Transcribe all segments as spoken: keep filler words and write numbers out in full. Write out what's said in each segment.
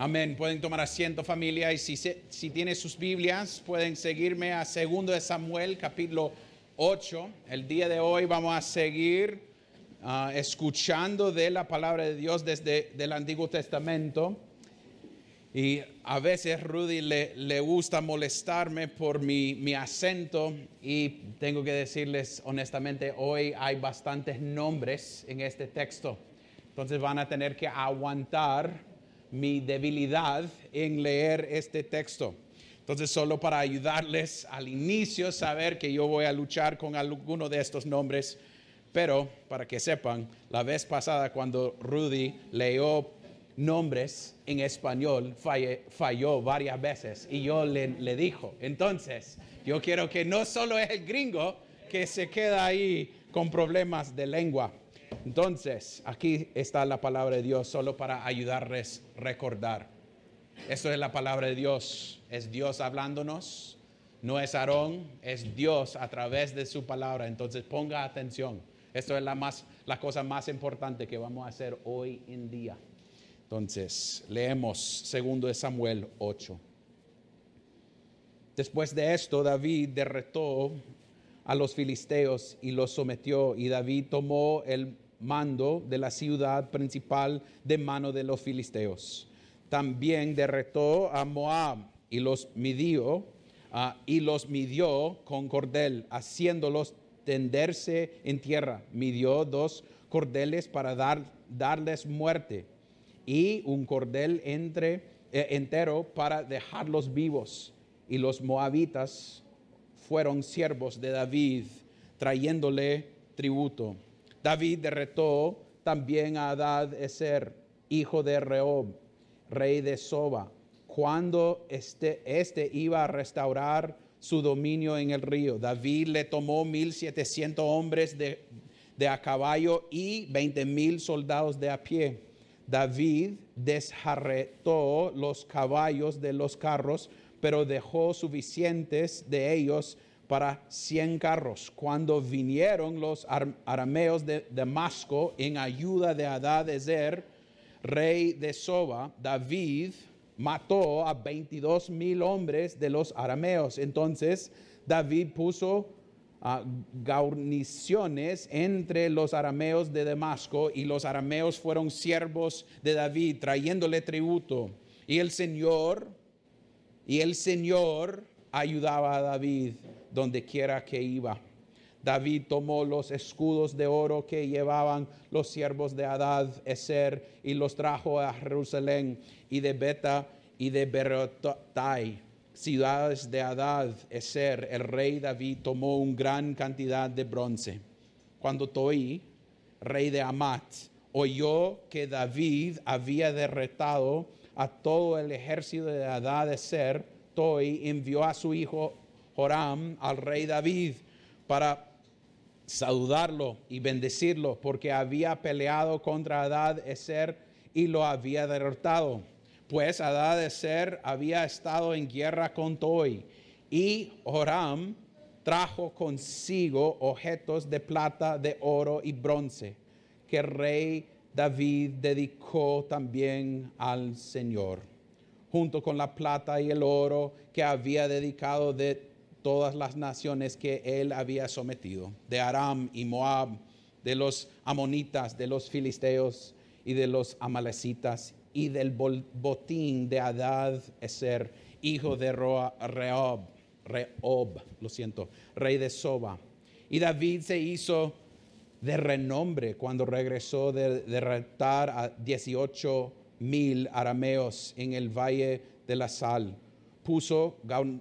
Amén. Pueden tomar asiento, familia, y si, se, si tienen sus Biblias, pueden seguirme a segundo de Samuel, capítulo ocho. El día de hoy vamos a seguir uh, escuchando de la palabra de Dios desde el Antiguo Testamento. Y a veces Rudy le, le gusta molestarme por mi, mi acento, y tengo que decirles honestamente, hoy hay bastantes nombres en este texto. Entonces van a tener que aguantar mi debilidad en leer este texto. Entonces, solo para ayudarles al inicio, saber que yo voy a luchar con alguno de estos nombres, pero para que sepan, la vez pasada cuando Rudy leyó nombres en español, falle, falló varias veces y yo le, le dijo, entonces, yo quiero que no solo es el gringo que se queda ahí con problemas de lengua. Entonces, aquí está la palabra de Dios solo para ayudarles a recordar. Esto es la palabra de Dios. Es Dios hablándonos. No es Aarón, es Dios a través de su palabra. Entonces, ponga atención. Esto es la, más, la cosa más importante que vamos a hacer hoy en día. Entonces, leemos segundo de Samuel ocho. Después de esto, David derrotó a los filisteos y los sometió, y David tomó el mando de la ciudad principal de mano de los filisteos. También derrotó a Moab y los midió uh, y los midió con cordel, haciéndolos tenderse en tierra. Midió dos cordeles para dar, darles muerte, y un cordel entre, eh, entero para dejarlos vivos. Y los moabitas fueron siervos de David, trayéndole tributo. David derrotó también a Hadad-ezer, hijo de Rehob, rey de Soba, cuando este, este iba a restaurar su dominio en el río. David le tomó mil setecientos hombres de, de a caballo y veinte mil soldados de a pie. David desjarretó los caballos de los carros, pero dejó suficientes de ellos para cien carros. Cuando vinieron los arameos de Damasco en ayuda de Hadad-ezer, rey de Soba, David mató a veintidós mil hombres de los arameos. Entonces David puso uh, guarniciones entre los arameos de Damasco, y los arameos fueron siervos de David, trayéndole tributo. Y el Señor, y el Señor ayudaba a David donde quiera que iba. David tomó los escudos de oro que llevaban los siervos de Hadad-ezer y los trajo a Jerusalén, y de Beta y de Berotai, ciudades de Hadad-ezer, el rey David tomó una gran cantidad de bronce. Cuando Toi, rey de Amat, oyó que David había derrotado a todo el ejército de Hadad-ezer, Toi envió a su hijo Joram al rey David para saludarlo y bendecirlo, porque había peleado contra Hadad-ezer y lo había derrotado. Pues Hadad-ezer había estado en guerra con Toi, y Joram trajo consigo objetos de plata, de oro y bronce, que el rey David dedicó también al Señor, junto con la plata y el oro que había dedicado de todas las naciones que él había sometido, de Aram y Moab, de los amonitas, de los filisteos y de los amalecitas, y del botín de Hadad-ezer, hijo de Rehob, Rehob, lo siento, rey de Soba. Y David se hizo de renombre cuando regresó de derrotar a dieciocho mil arameos en el valle de la Sal. Puso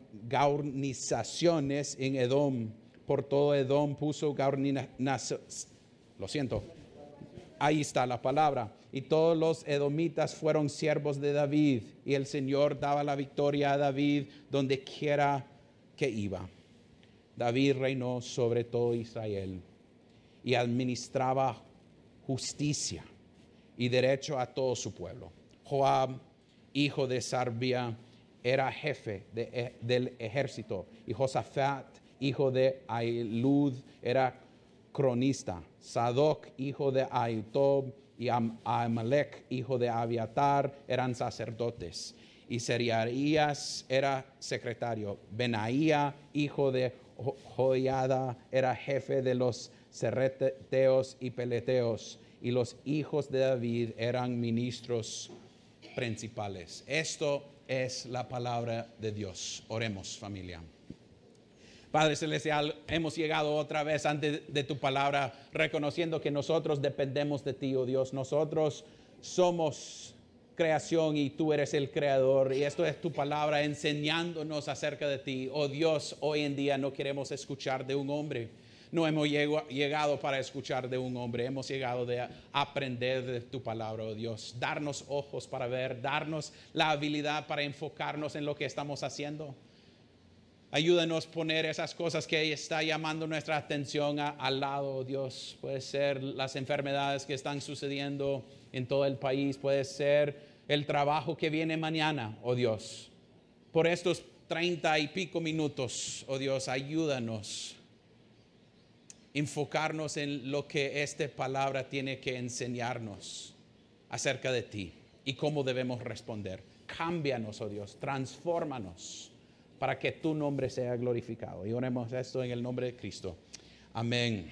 guarniciones en Edom, por todo Edom puso guarniciones, lo siento, ahí está la palabra. Y todos los edomitas fueron siervos de David, y el Señor daba la victoria a David donde quiera que iba. David reinó sobre todo Israel y administraba justicia y derecho a todo su pueblo. Joab, hijo de Sarbia, era jefe de, del ejército, y Josafat, hijo de Ahilud, era cronista. Sadoc, hijo de Ahitob, y Am- Amalek, hijo de Abiatar, eran sacerdotes. Y Seraías era secretario. Benaía, hijo de Jo- Joiada, era jefe de los cerreteos y peleteos. Y los hijos de David eran ministros principales. Esto es la palabra de Dios. Oremos, familia. Padre Celestial, hemos llegado otra vez ante de tu palabra, reconociendo que nosotros dependemos de ti, oh Dios. Nosotros somos creación y tú eres el creador. Y esto es tu palabra enseñándonos acerca de ti. Oh Dios, hoy en día no queremos escuchar de un hombre. No hemos llegado para escuchar de un hombre. Hemos llegado de aprender de tu palabra, oh Dios. Darnos ojos para ver, darnos la habilidad para enfocarnos en lo que estamos haciendo. Ayúdanos a poner esas cosas que está llamando nuestra atención a, al lado, Dios. Puede ser las enfermedades que están sucediendo en todo el país. Puede ser el trabajo que viene mañana, oh Dios. Por estos treinta y pico minutos, oh Dios, ayúdanos a enfocarnos en lo que esta palabra tiene que enseñarnos acerca de ti y cómo debemos responder. Cámbianos, oh Dios, transfórmanos, para que tu nombre sea glorificado. Y oremos esto en el nombre de Cristo. Amén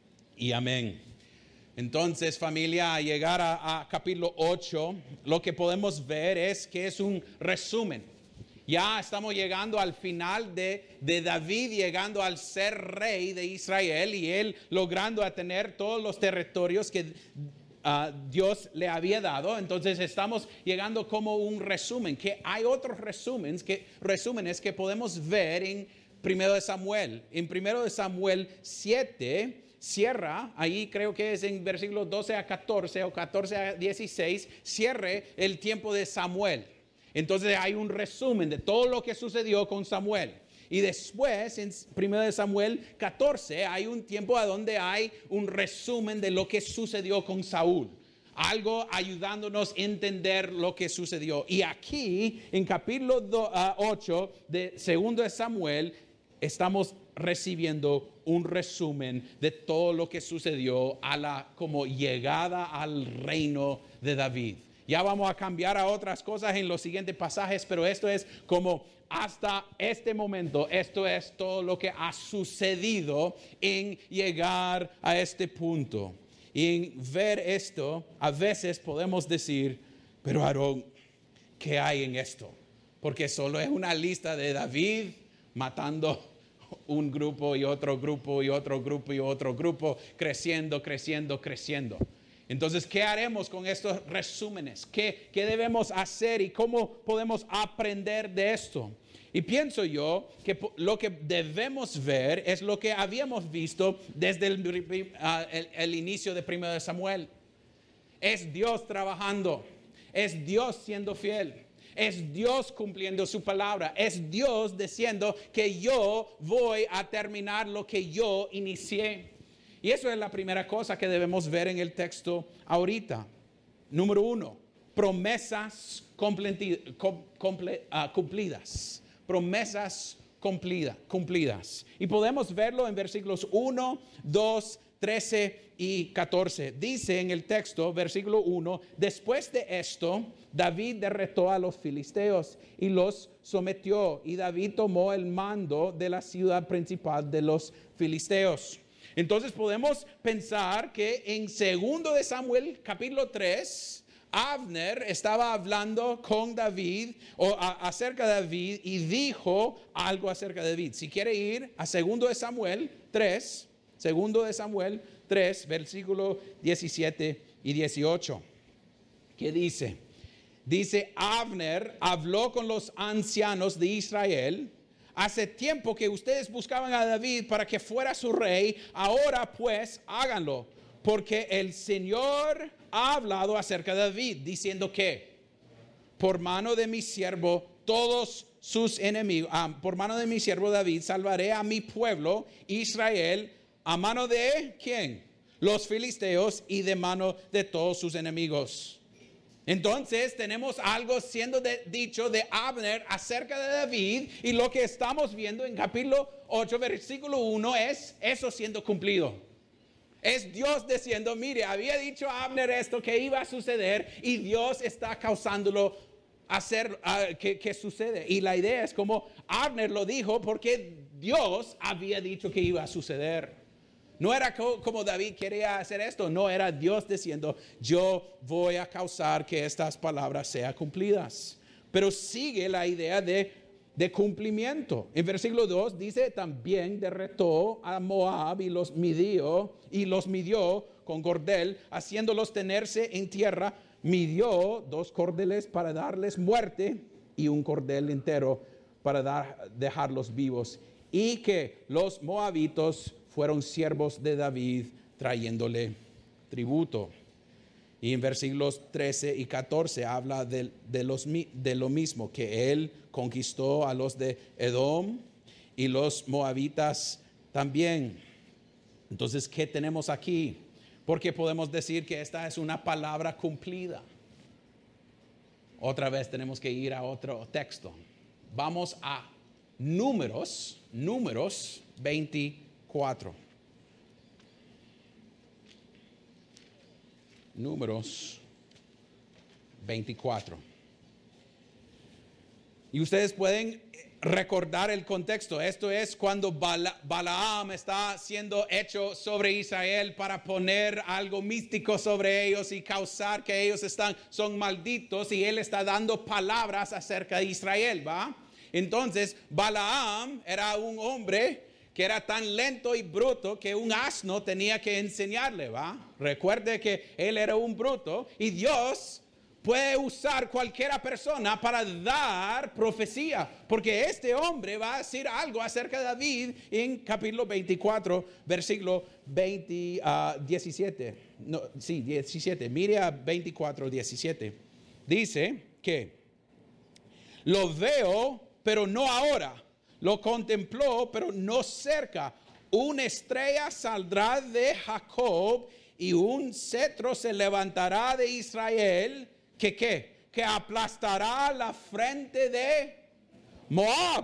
y amén. Entonces, familia, al llegar a, a capítulo ocho, lo que podemos ver es que es un resumen. Ya estamos llegando al final de, de David, llegando al ser rey de Israel y él logrando a tener todos los territorios que Uh, Dios le había dado. Entonces estamos llegando como un resumen, que hay otros resúmenes que, resúmenes que podemos ver en primero de Samuel. En primero de Samuel siete cierra, ahí creo que es en versículos doce a catorce o catorce a dieciséis, cierre el tiempo de Samuel. Entonces hay un resumen de todo lo que sucedió con Samuel. Y después, en primero de Samuel catorce, hay un tiempo a donde hay un resumen de lo que sucedió con Saúl. Algo ayudándonos a entender lo que sucedió. Y aquí, en capítulo ocho de segundo de Samuel, estamos recibiendo un resumen de todo lo que sucedió a la como llegada al reino de David. Ya vamos a cambiar a otras cosas en los siguientes pasajes, pero esto es como hasta este momento, esto es todo lo que ha sucedido en llegar a este punto. Y en ver esto, a veces podemos decir, pero Aarón, ¿qué hay en esto? Porque solo es una lista de David matando un grupo y otro grupo y otro grupo y otro grupo, creciendo, creciendo, creciendo. Entonces, ¿qué haremos con estos resúmenes? ¿Qué, qué debemos hacer y cómo podemos aprender de esto? Y pienso yo que lo que debemos ver es lo que habíamos visto desde el, uh, el, el inicio de primero de Samuel. Es Dios trabajando, es Dios siendo fiel, es Dios cumpliendo su palabra, es Dios diciendo que yo voy a terminar lo que yo inicié. Y eso es la primera cosa que debemos ver en el texto ahorita. Número uno, promesas cumplid, com, comple, uh, cumplidas. Promesas cumplida, cumplidas. Y podemos verlo en versículos uno, dos, trece y catorce. Dice en el texto, versículo uno, después de esto, David derrotó a los filisteos y los sometió. Y David tomó el mando de la ciudad principal de los filisteos. Entonces podemos pensar que en segundo de Samuel capítulo tres, Abner estaba hablando con David o a, acerca de David y dijo algo acerca de David. Si quiere ir a segundo de Samuel tres, segundo de Samuel tres, versículo diecisiete y dieciocho. ¿Qué dice? Dice, Abner habló con los ancianos de Israel. Hace tiempo que ustedes buscaban a David para que fuera su rey, ahora pues háganlo, porque el Señor ha hablado acerca de David, diciendo que por mano de mi siervo todos sus enemigos, ah, por mano de mi siervo David salvaré a mi pueblo Israel a mano de ¿quién? Los filisteos y de mano de todos sus enemigos. Entonces tenemos algo siendo de, dicho de Abner acerca de David, y lo que estamos viendo en capítulo ocho versículo uno es eso siendo cumplido. Es Dios diciendo, mire, había dicho a Abner esto que iba a suceder y Dios está causándolo hacer uh, que, que sucede. Y la idea es como Abner lo dijo porque Dios había dicho que iba a suceder. No era co- como David quería hacer esto, no, era Dios diciendo, yo voy a causar que estas palabras sean cumplidas. Pero sigue la idea de, de cumplimiento. En versículo dos dice, también derrotó a Moab y los midió, y los midió con cordel, haciéndolos tenerse en tierra. Midió dos cordeles para darles muerte y un cordel entero para dar, dejarlos vivos. Y que los moabitos fueron siervos de David trayéndole tributo. Y en versículos trece y catorce habla de, de, los, de lo mismo, que él conquistó a los de Edom y los moabitas también. Entonces, ¿qué tenemos aquí? Porque podemos decir que esta es una palabra cumplida. Otra vez tenemos que ir a otro texto. Vamos a Números, Números veinticuatro. Números veinticuatro. Y ustedes pueden recordar el contexto. Esto es cuando Bala, Balaam está siendo hecho sobre Israel para poner algo místico sobre ellos y causar que ellos están, son malditos, y él está dando palabras acerca de Israel, ¿va? Entonces Balaam era un hombre que era tan lento y bruto que un asno tenía que enseñarle, ¿va? Recuerde que él era un bruto y Dios puede usar cualquier persona para dar profecía, porque este hombre va a decir algo acerca de David en capítulo veinticuatro, versículo veinte, uh, diecisiete. No, sí, diecisiete. Mire a veinticuatro, diecisiete. Dice que lo veo, pero no ahora. Lo contempló, pero no cerca. Una estrella saldrá de Jacob y un cetro se levantará de Israel. ¿Que qué? Que aplastará la frente de Moab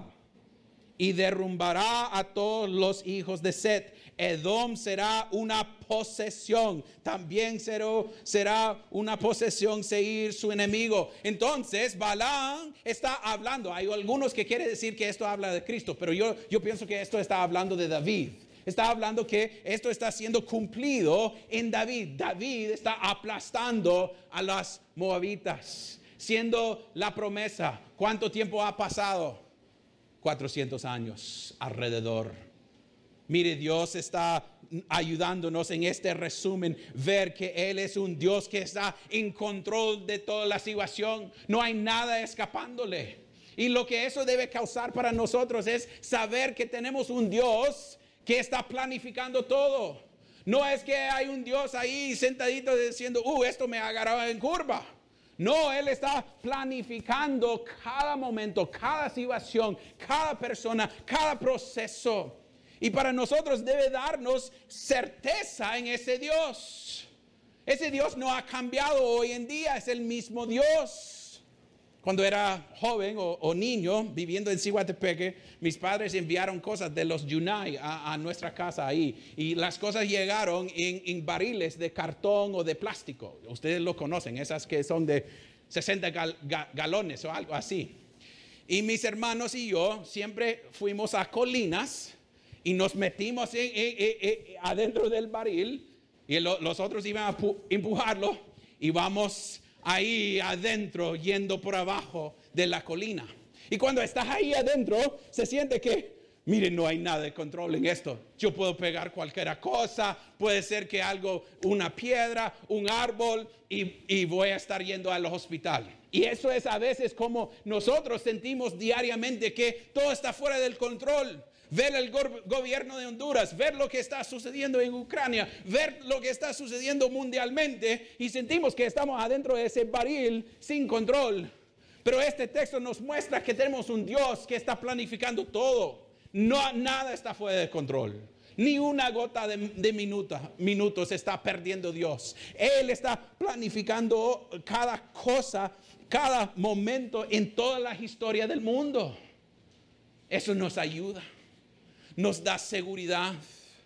y derrumbará a todos los hijos de Set. Edom será una posesión. También será, será una posesión Seir, su enemigo. Entonces Balaam está hablando. Hay algunos que quieren decir que esto habla de Cristo, pero yo, yo pienso que esto está hablando de David. Está hablando que esto está siendo cumplido en David. David está aplastando a las moabitas, siendo la promesa. ¿Cuánto tiempo ha pasado? cuatrocientos años alrededor. Mire, Dios está ayudándonos en este resumen, ver que Él es un Dios que está en control de toda la situación. No hay nada escapándole. Y lo que eso debe causar para nosotros es saber que tenemos un Dios que está planificando todo. No es que hay un Dios ahí sentadito diciendo, uh, esto me agarraba en curva. No, Él está planificando cada momento, cada situación, cada persona, cada proceso. Y para nosotros debe darnos certeza en ese Dios. Ese Dios no ha cambiado hoy en día, es el mismo Dios. Cuando era joven o, o niño viviendo en Cihuatepeque, mis padres enviaron cosas de los Yunay a, a nuestra casa ahí. Y las cosas llegaron en, en barriles de cartón o de plástico. Ustedes lo conocen, esas que son de sesenta gal, gal, galones o algo así. Y mis hermanos y yo siempre fuimos a colinas y nos metimos en, en, en, en, adentro del barril. Y lo, los otros iban a pu- empujarlo y vamos ahí adentro, yendo por abajo de la colina. Y cuando estás ahí adentro, se siente que, miren, no hay nada de control en esto. Yo puedo pegar cualquier cosa, puede ser que algo, una piedra, un árbol, y, y voy a estar yendo al hospital. Y eso es a veces como nosotros sentimos diariamente que todo está fuera del control. Ver el go- gobierno de Honduras, ver lo que está sucediendo en Ucrania, ver lo que está sucediendo mundialmente, y sentimos que estamos adentro de ese barril sin control. Pero este texto nos muestra que tenemos un Dios que está planificando todo. No, nada está fuera de control. Ni una gota de, de minuta, minutos está perdiendo Dios. Él está planificando cada cosa, cada momento en toda la historia del mundo. Eso nos ayuda. Nos da seguridad,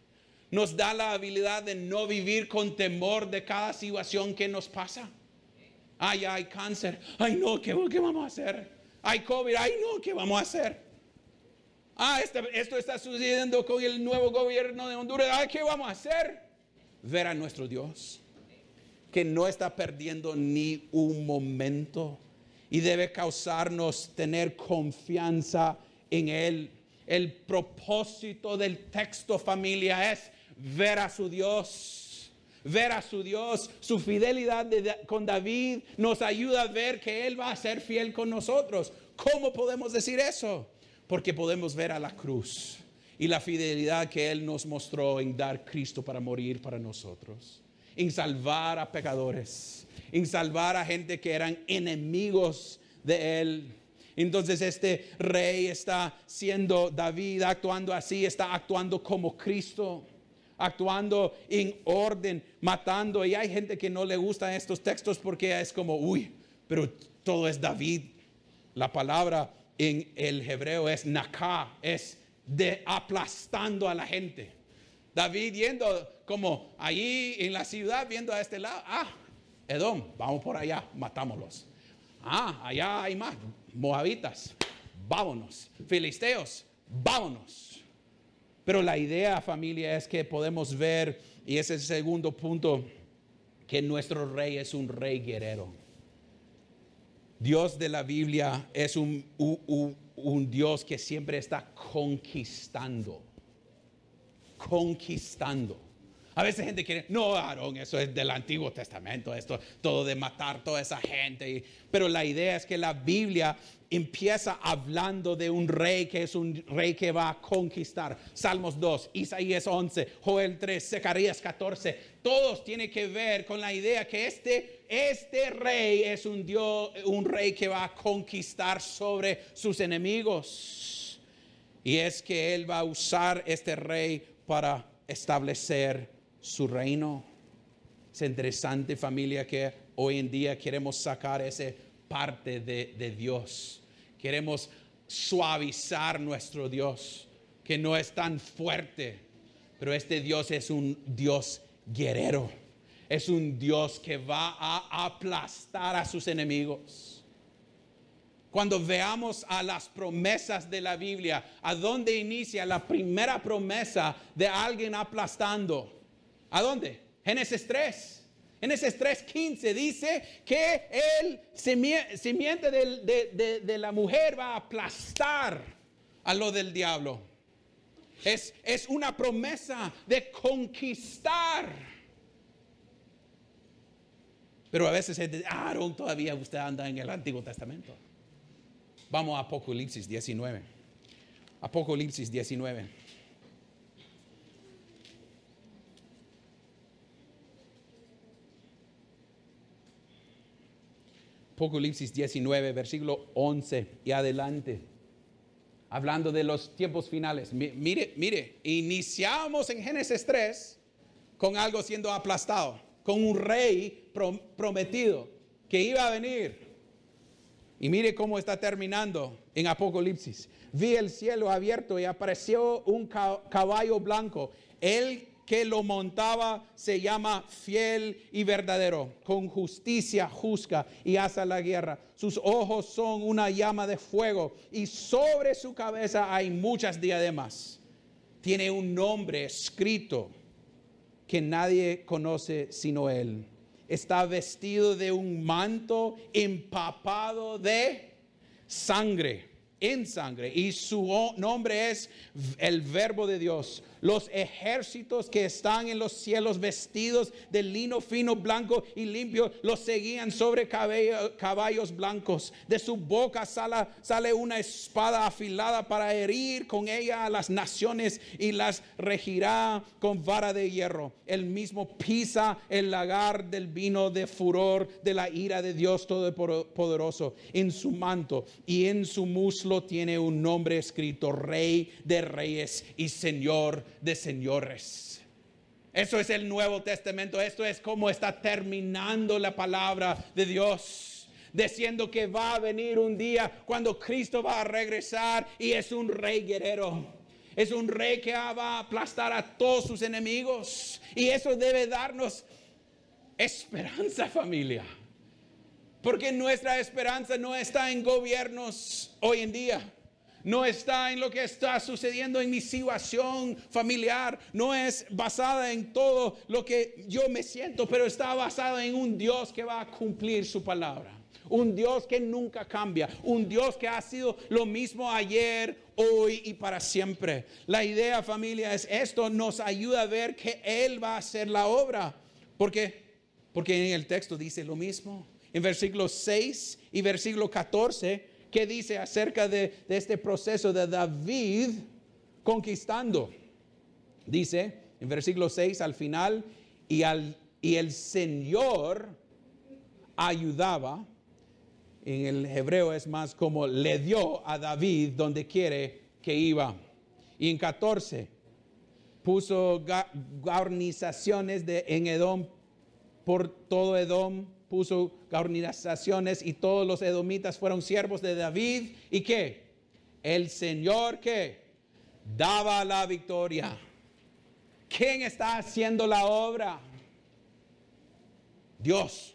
Nos da la habilidad de no vivir con temor de cada situación que nos pasa. Ay, hay cáncer. Ay, no, ¿qué, qué vamos a hacer? Hay COVID. Ay, no, ¿qué vamos a hacer? Ah, esto, esto está sucediendo con el nuevo gobierno de Honduras. Ay, ¿qué vamos a hacer? Ver a nuestro Dios, que no está perdiendo ni un momento y debe causarnos tener confianza en Él. El propósito del texto, familia, es ver a su Dios. Ver a su Dios. Su fidelidad de, con David nos ayuda a ver que Él va a ser fiel con nosotros. ¿Cómo podemos decir eso? Porque podemos ver a la cruz y la fidelidad que Él nos mostró en dar Cristo para morir para nosotros, en salvar a pecadores, en salvar a gente que eran enemigos de Él. Entonces este rey está siendo David, actuando así, está actuando como Cristo, actuando en orden, matando. Y hay gente que no le gustan estos textos porque es como, uy, pero todo es David. La palabra en el hebreo es naká, es de aplastando a la gente. David yendo como allí en la ciudad, viendo a este lado, ah, Edom, vamos por allá, matámoslos. Ah, allá hay más, moabitas, vámonos. Filisteos, vámonos. Pero la idea, familia, es que podemos ver, y ese es el segundo punto, que nuestro rey es un rey guerrero. Dios de la Biblia es un, un, un Dios que siempre está conquistando. Conquistando. A veces gente quiere, no, Aarón, eso es del Antiguo Testamento, esto, todo de matar toda esa gente. Y, pero la idea es que la Biblia empieza hablando de un rey que es un rey que va a conquistar. Salmos dos, Isaías once, Joel tres, Zacarías catorce. Todos tienen que ver con la idea que este, este rey es un Dios, un rey que va a conquistar sobre sus enemigos. Y es que Él va a usar este rey para establecer su reino. Es interesante, familia, que hoy en día queremos sacar esa parte de, de Dios. Queremos suavizar nuestro Dios, que no es tan fuerte, pero este Dios es un Dios guerrero. Es un Dios que va a aplastar a sus enemigos. Cuando veamos a las promesas de la Biblia, ¿a dónde inicia la primera promesa de alguien aplastando? ¿A dónde? Génesis tres. Génesis tres quince dice que el simiente de, de, de, de la mujer va a aplastar a lo del diablo. Es, es una promesa de conquistar. Pero a veces es de, ah, Aarón, todavía usted anda en el Antiguo Testamento. Vamos a Apocalipsis diecinueve. Apocalipsis diecinueve. Apocalipsis diecinueve, versículo once y adelante. Hablando de los tiempos finales. Mire, mire, iniciamos en Génesis tres con algo siendo aplastado, con un rey prometido que iba a venir. Y mire cómo está terminando en Apocalipsis. Vi el cielo abierto y apareció un caballo blanco. El que lo montaba se llama Fiel y Verdadero. Con justicia juzga y hace la guerra. Sus ojos son una llama de fuego y sobre su cabeza hay muchas diademas. Tiene un nombre escrito que nadie conoce sino él. Está vestido de un manto empapado de sangre, en sangre, y su nombre es el Verbo de Dios. Los ejércitos que están en los cielos vestidos de lino fino, blanco y limpio, los seguían sobre caballo, caballos blancos. De su boca sale, sale una espada afilada para herir con ella a las naciones y las regirá con vara de hierro. Él mismo pisa el lagar del vino de furor de la ira de Dios Todopoderoso. En su manto y en su muslo tiene un nombre escrito: Rey de Reyes y Señor de señores. Eso es el Nuevo Testamento. Esto es como está terminando la palabra de Dios, diciendo que va a venir un día cuando Cristo va a regresar y es un rey guerrero. Es un rey que va a aplastar a todos sus enemigos. Y eso debe darnos esperanza, familia. Porque nuestra esperanza no está en gobiernos hoy en día. No está en lo que está sucediendo en mi situación familiar. No es basada en todo lo que yo me siento, pero está basada en un Dios que va a cumplir su palabra. Un Dios que nunca cambia. Un Dios que ha sido lo mismo ayer, hoy y para siempre. La idea, familia, es esto. Nos ayuda a ver que Él va a hacer la obra. ¿Por qué? Porque en el texto dice lo mismo. En versículos seis y versículo catorce, ¿qué dice acerca de, de este proceso de David conquistando? Dice en versículo seis al final, y, al, y el Señor ayudaba. En el hebreo es más como le dio a David donde quiere que iba. Y en catorce, puso guarnizaciones de, en Edom, por todo Edom, puso guarnizaciones y todos los edomitas fueron siervos de David. ¿Y qué? El Señor, ¿qué? Daba la victoria. ¿Quién está haciendo la obra? Dios.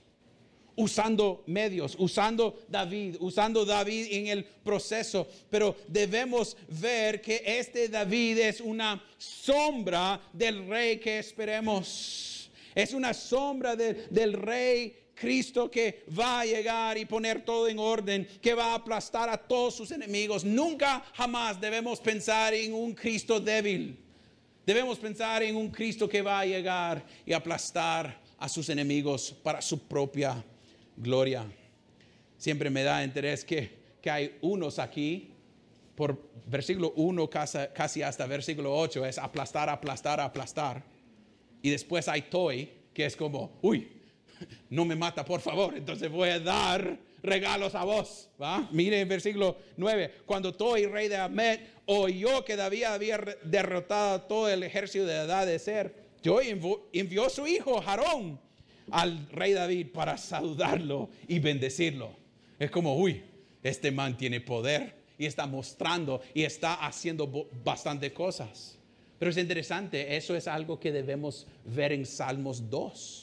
Usando medios, usando David, usando David en el proceso. Pero debemos ver que este David es una sombra del rey que esperemos. Es una sombra de, del rey Cristo que va a llegar y poner todo en orden, que va a aplastar a todos sus enemigos. Nunca jamás debemos pensar en un Cristo débil. Debemos pensar en un Cristo que va a llegar y aplastar a sus enemigos para su propia gloria. Siempre me da interés que, que hay unos aquí, por versículo uno casi, casi hasta versículo ocho, es aplastar, aplastar, aplastar. Y después hay Toi, que es como, uy, no me mata, por favor, entonces voy a dar regalos a vos, ¿va? Mire en versículo nueve, cuando Toi, rey de Amet, oyó que David había derrotado a todo el ejército de Hadadezer, Toi envió a su hijo Aarón al rey David para saludarlo y bendecirlo. Es como, uy, este man tiene poder y está mostrando y está haciendo bastante cosas. Pero es interesante, eso es algo que debemos ver en Salmos dos.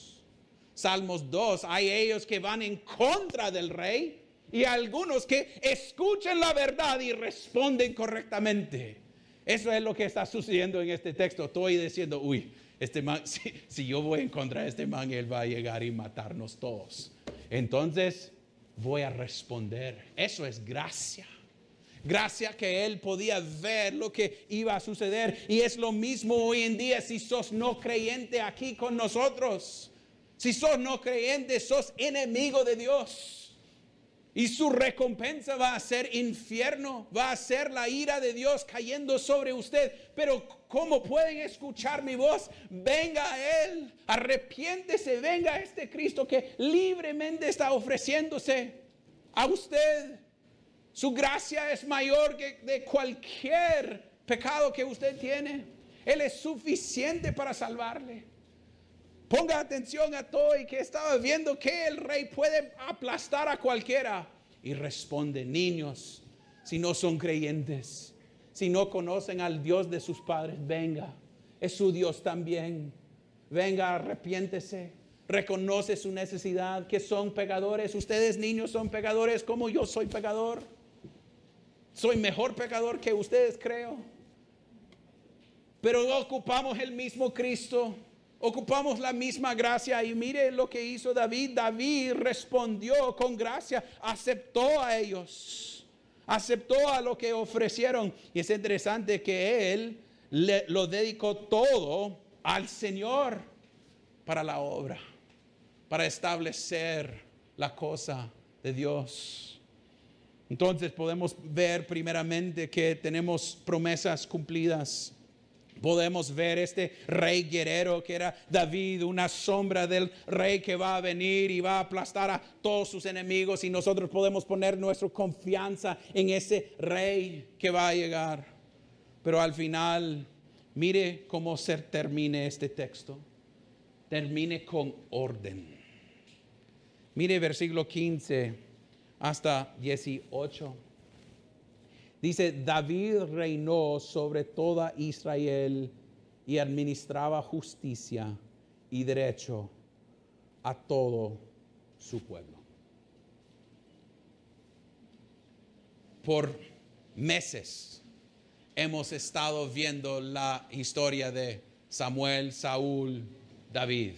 Salmos dos, hay ellos que van en contra del rey y algunos que escuchan la verdad y responden correctamente. Eso es lo que está sucediendo en este texto. Estoy diciendo, uy, este man, si, si yo voy en contra de este man, él va a llegar y matarnos todos. Entonces voy a responder. Eso es gracia. Gracia que él podía ver lo que iba a suceder. Y es lo mismo hoy en día si sos no creyente aquí con nosotros. Si sos no creyente, sos enemigo de Dios. Y su recompensa va a ser infierno. Va a ser la ira de Dios cayendo sobre usted. Pero ¿cómo pueden escuchar mi voz? Venga a Él. Arrepiéntese. Venga a este Cristo que libremente está ofreciéndose a usted. Su gracia es mayor que de cualquier pecado que usted tiene. Él es suficiente para salvarle. Ponga atención a todo y que estaba viendo que el rey puede aplastar a cualquiera. Y responde, niños, si no son creyentes, si no conocen al Dios de sus padres, venga, es su Dios también. Venga, arrepiéntese, reconoce su necesidad, que son pecadores. Ustedes niños son pecadores como yo soy pecador. Soy mejor pecador que ustedes, creo. Pero ocupamos el mismo Cristo. Ocupamos la misma gracia y mire lo que hizo David. David respondió con gracia, aceptó a ellos, aceptó a lo que ofrecieron. Y es interesante que él le, lo dedicó todo al Señor para la obra, para establecer la cosa de Dios. Entonces podemos ver primeramente que tenemos promesas cumplidas. Podemos ver este rey guerrero que era David, una sombra del rey que va a venir y va a aplastar a todos sus enemigos. Y nosotros podemos poner nuestra confianza en ese rey que va a llegar. Pero al final, mire cómo se termine este texto. Termine con orden. Mire versículo quince hasta dieciocho. Dice, David reinó sobre toda Israel y administraba justicia y derecho a todo su pueblo. Por meses hemos estado viendo la historia de Samuel, Saúl, David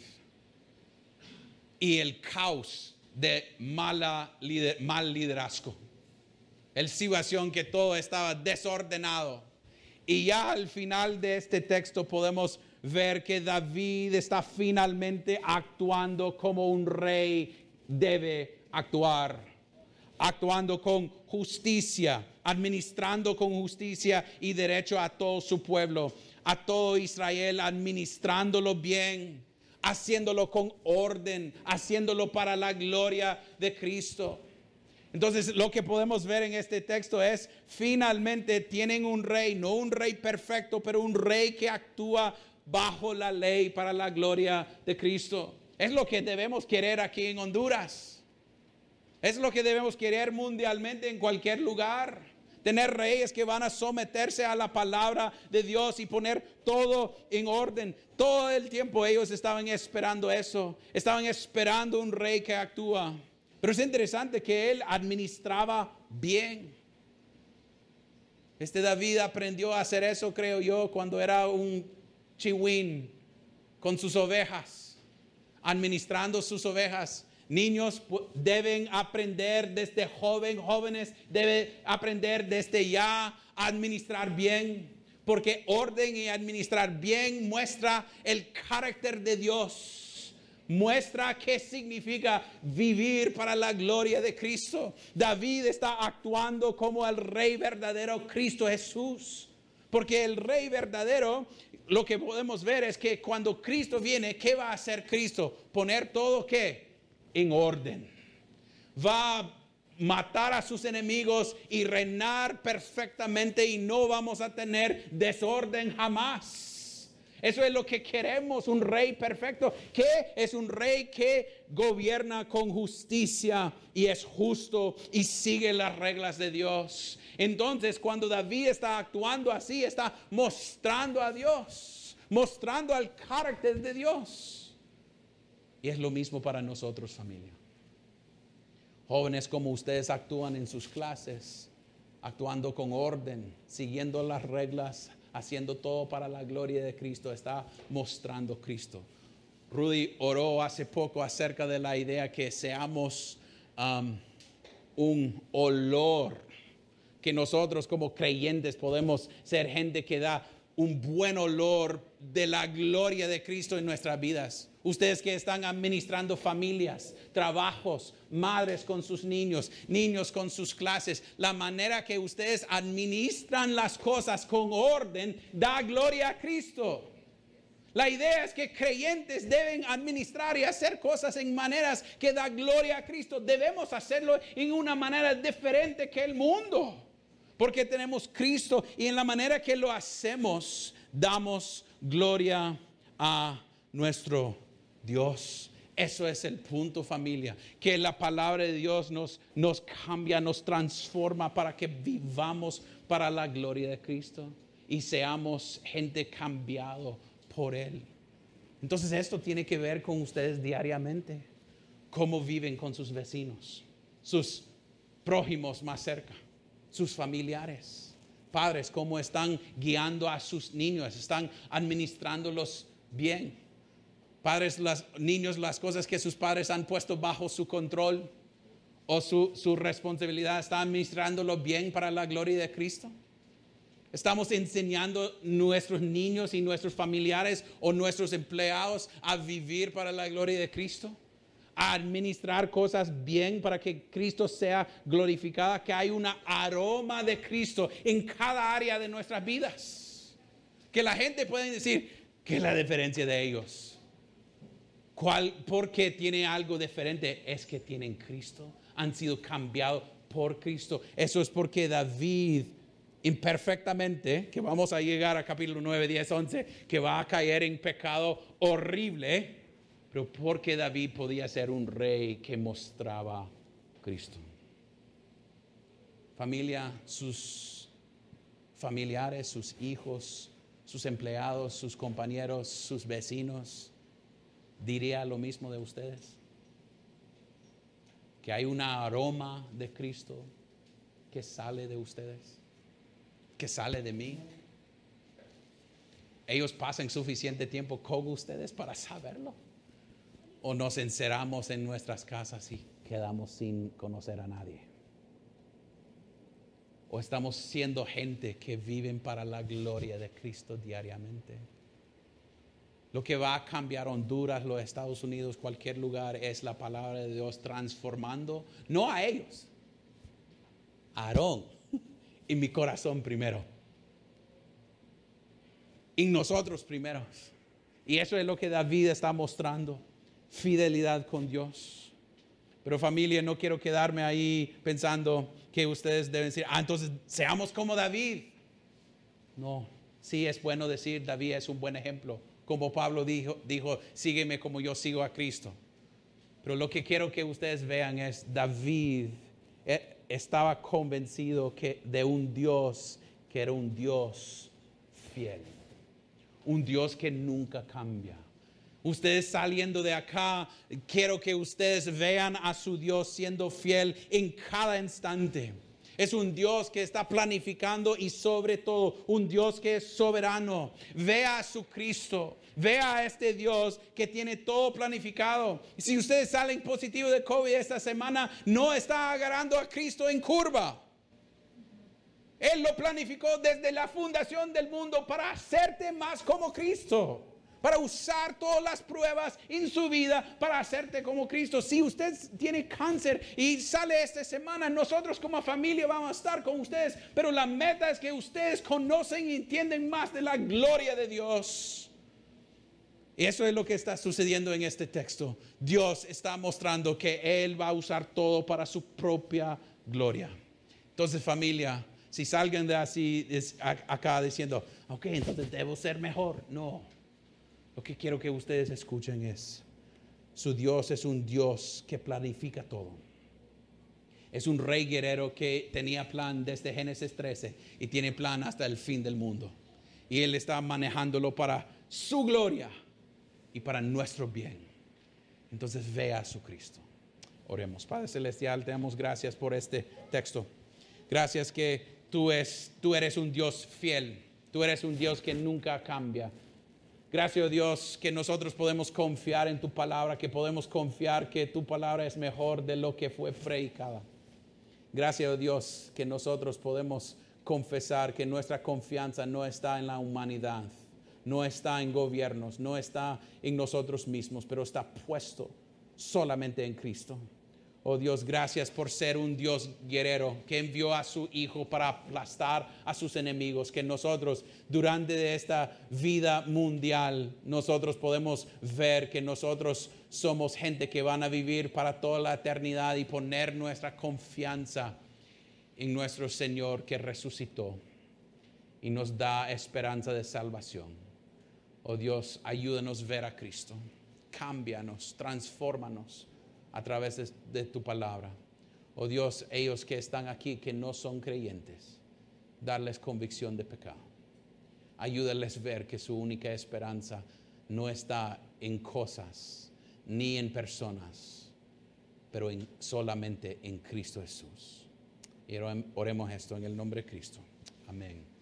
y el caos de mala, mal liderazgo. La situación que todo estaba desordenado. Y ya al final de este texto podemos ver que David está finalmente actuando como un rey debe actuar. Actuando con justicia, administrando con justicia y derecho a todo su pueblo, a todo Israel, administrándolo bien, haciéndolo con orden, haciéndolo para la gloria de Cristo. Entonces, lo que podemos ver en este texto es, finalmente tienen un rey, no un rey perfecto, pero un rey que actúa bajo la ley para la gloria de Cristo. Es lo que debemos querer aquí en Honduras. Es lo que debemos querer mundialmente en cualquier lugar. Tener reyes que van a someterse a la palabra de Dios y poner todo en orden. Todo el tiempo ellos estaban esperando eso. Estaban esperando un rey que actúa. Pero es interesante que él administraba bien. Este David aprendió a hacer eso, creo yo, cuando era un chihuín con sus ovejas, administrando sus ovejas. Niños deben aprender desde joven, jóvenes deben aprender desde ya a administrar bien, porque orden y administrar bien muestra el carácter de Dios. Muestra qué significa vivir para la gloria de Cristo. David está actuando como el rey verdadero, Cristo Jesús. Porque el rey verdadero, lo que podemos ver es que cuando Cristo viene, ¿qué va a hacer Cristo? Poner todo, ¿qué? En orden. Va a matar a sus enemigos y reinar perfectamente y no vamos a tener desorden jamás. Eso es lo que queremos, un rey perfecto, que es un rey que gobierna con justicia y es justo y sigue las reglas de Dios. Entonces, cuando David está actuando así, está mostrando a Dios, mostrando al carácter de Dios. Y es lo mismo para nosotros, familia. Jóvenes como ustedes actúan en sus clases, actuando con orden, siguiendo las reglas, haciendo todo para la gloria de Cristo, está mostrando Cristo. Rudy oró hace poco acerca de la idea que seamos um, un olor, que nosotros como creyentes podemos ser gente que da un buen olor de la gloria de Cristo en nuestras vidas. Ustedes que están administrando familias, trabajos, madres con sus niños, niños con sus clases, la manera que ustedes administran las cosas con orden da gloria a Cristo. La idea es que creyentes deben administrar y hacer cosas en maneras que da gloria a Cristo. Debemos hacerlo en una manera diferente que el mundo, porque tenemos Cristo y en la manera que lo hacemos damos gloria a nuestro Dios. Eso es el punto, familia, que la palabra de Dios nos, nos cambia, nos transforma para que vivamos para la gloria de Cristo y seamos gente cambiado por Él. Entonces esto tiene que ver con ustedes diariamente, cómo viven con sus vecinos, sus prójimos más cerca, sus familiares, padres, cómo están guiando a sus niños, están administrándolos bien. Padres, los niños, las cosas que sus padres han puesto bajo su control o su, su responsabilidad, ¿están administrándolo bien para la gloria de Cristo? ¿Estamos enseñando a nuestros niños y nuestros familiares o nuestros empleados a vivir para la gloria de Cristo? A administrar cosas bien para que Cristo sea glorificado, que hay un aroma de Cristo en cada área de nuestras vidas. Que la gente pueda decir, ¿qué es la diferencia de ellos? ¿Cuál, ¿Por qué tiene algo diferente? Es que tienen Cristo, han sido cambiados por Cristo. Eso es porque David, imperfectamente, que vamos a llegar a capítulo nueve, diez, once, que va a caer en pecado horrible, pero porque David podía ser un rey que mostraba Cristo. Familia, sus familiares, sus hijos, sus empleados, sus compañeros, sus vecinos, diría lo mismo de ustedes? Que hay un aroma de Cristo que sale de ustedes, que sale de mí. Ellos pasan suficiente tiempo con ustedes para saberlo. O nos encerramos en nuestras casas y quedamos sin conocer a nadie. O estamos siendo gente que viven para la gloria de Cristo diariamente. Lo que va a cambiar Honduras, los Estados Unidos, cualquier lugar, es la palabra de Dios transformando, no a ellos, a Aarón y mi corazón primero. Y nosotros primeros. Y eso es lo que David está mostrando, fidelidad con Dios. Pero familia, no quiero quedarme ahí pensando que ustedes deben decir, ah, entonces seamos como David. No, sí es bueno decir, David es un buen ejemplo. Como Pablo dijo, dijo, sígueme como yo sigo a Cristo. Pero lo que quiero que ustedes vean es, David eh, estaba convencido que, de un Dios que era un Dios fiel. Un Dios que nunca cambia. Ustedes saliendo de acá, quiero que ustedes vean a su Dios siendo fiel en cada instante. Es un Dios que está planificando y sobre todo un Dios que es soberano. Vea a su Cristo, vea a este Dios que tiene todo planificado. Si ustedes salen positivos de COVID esta semana, no está agarrando a Cristo en curva. Él lo planificó desde la fundación del mundo para hacerte más como Cristo. Para usar todas las pruebas en su vida para hacerte como Cristo. Si usted tiene cáncer y sale esta semana, nosotros como familia vamos a estar con ustedes. Pero la meta es que ustedes conocen y entienden más de la gloria de Dios. Y eso es lo que está sucediendo en este texto. Dios está mostrando que Él va a usar todo para su propia gloria. Entonces, familia, si salgan de así acá diciendo, ok, entonces debo ser mejor. No. Lo que quiero que ustedes escuchen es, su Dios es un Dios que planifica todo. Es un rey guerrero que tenía plan desde Génesis trece y tiene plan hasta el fin del mundo. Y Él está manejándolo para su gloria y para nuestro bien. Entonces vea a su Cristo. Oremos. Padre Celestial, te damos gracias por este texto. Gracias que tú, es, tú eres un Dios fiel. Tú eres un Dios que nunca cambia. Gracias, Dios, que nosotros podemos confiar en tu palabra, que podemos confiar que tu palabra es mejor de lo que fue predicada. Gracias, Dios, que nosotros podemos confesar que nuestra confianza no está en la humanidad, no está en gobiernos, no está en nosotros mismos, pero está puesto solamente en Cristo. Oh Dios, gracias por ser un Dios guerrero que envió a su Hijo para aplastar a sus enemigos. Que nosotros, durante esta vida mundial, nosotros podemos ver que nosotros somos gente que van a vivir para toda la eternidad y poner nuestra confianza en nuestro Señor que resucitó y nos da esperanza de salvación. Oh Dios, ayúdanos a ver a Cristo. Cámbianos, transfórmanos a través de, de tu palabra. Oh Dios, ellos que están aquí que no son creyentes, darles convicción de pecado. Ayúdales a ver que su única esperanza no está en cosas ni en personas, pero en, solamente en Cristo Jesús. Y oremos esto en el nombre de Cristo. Amén.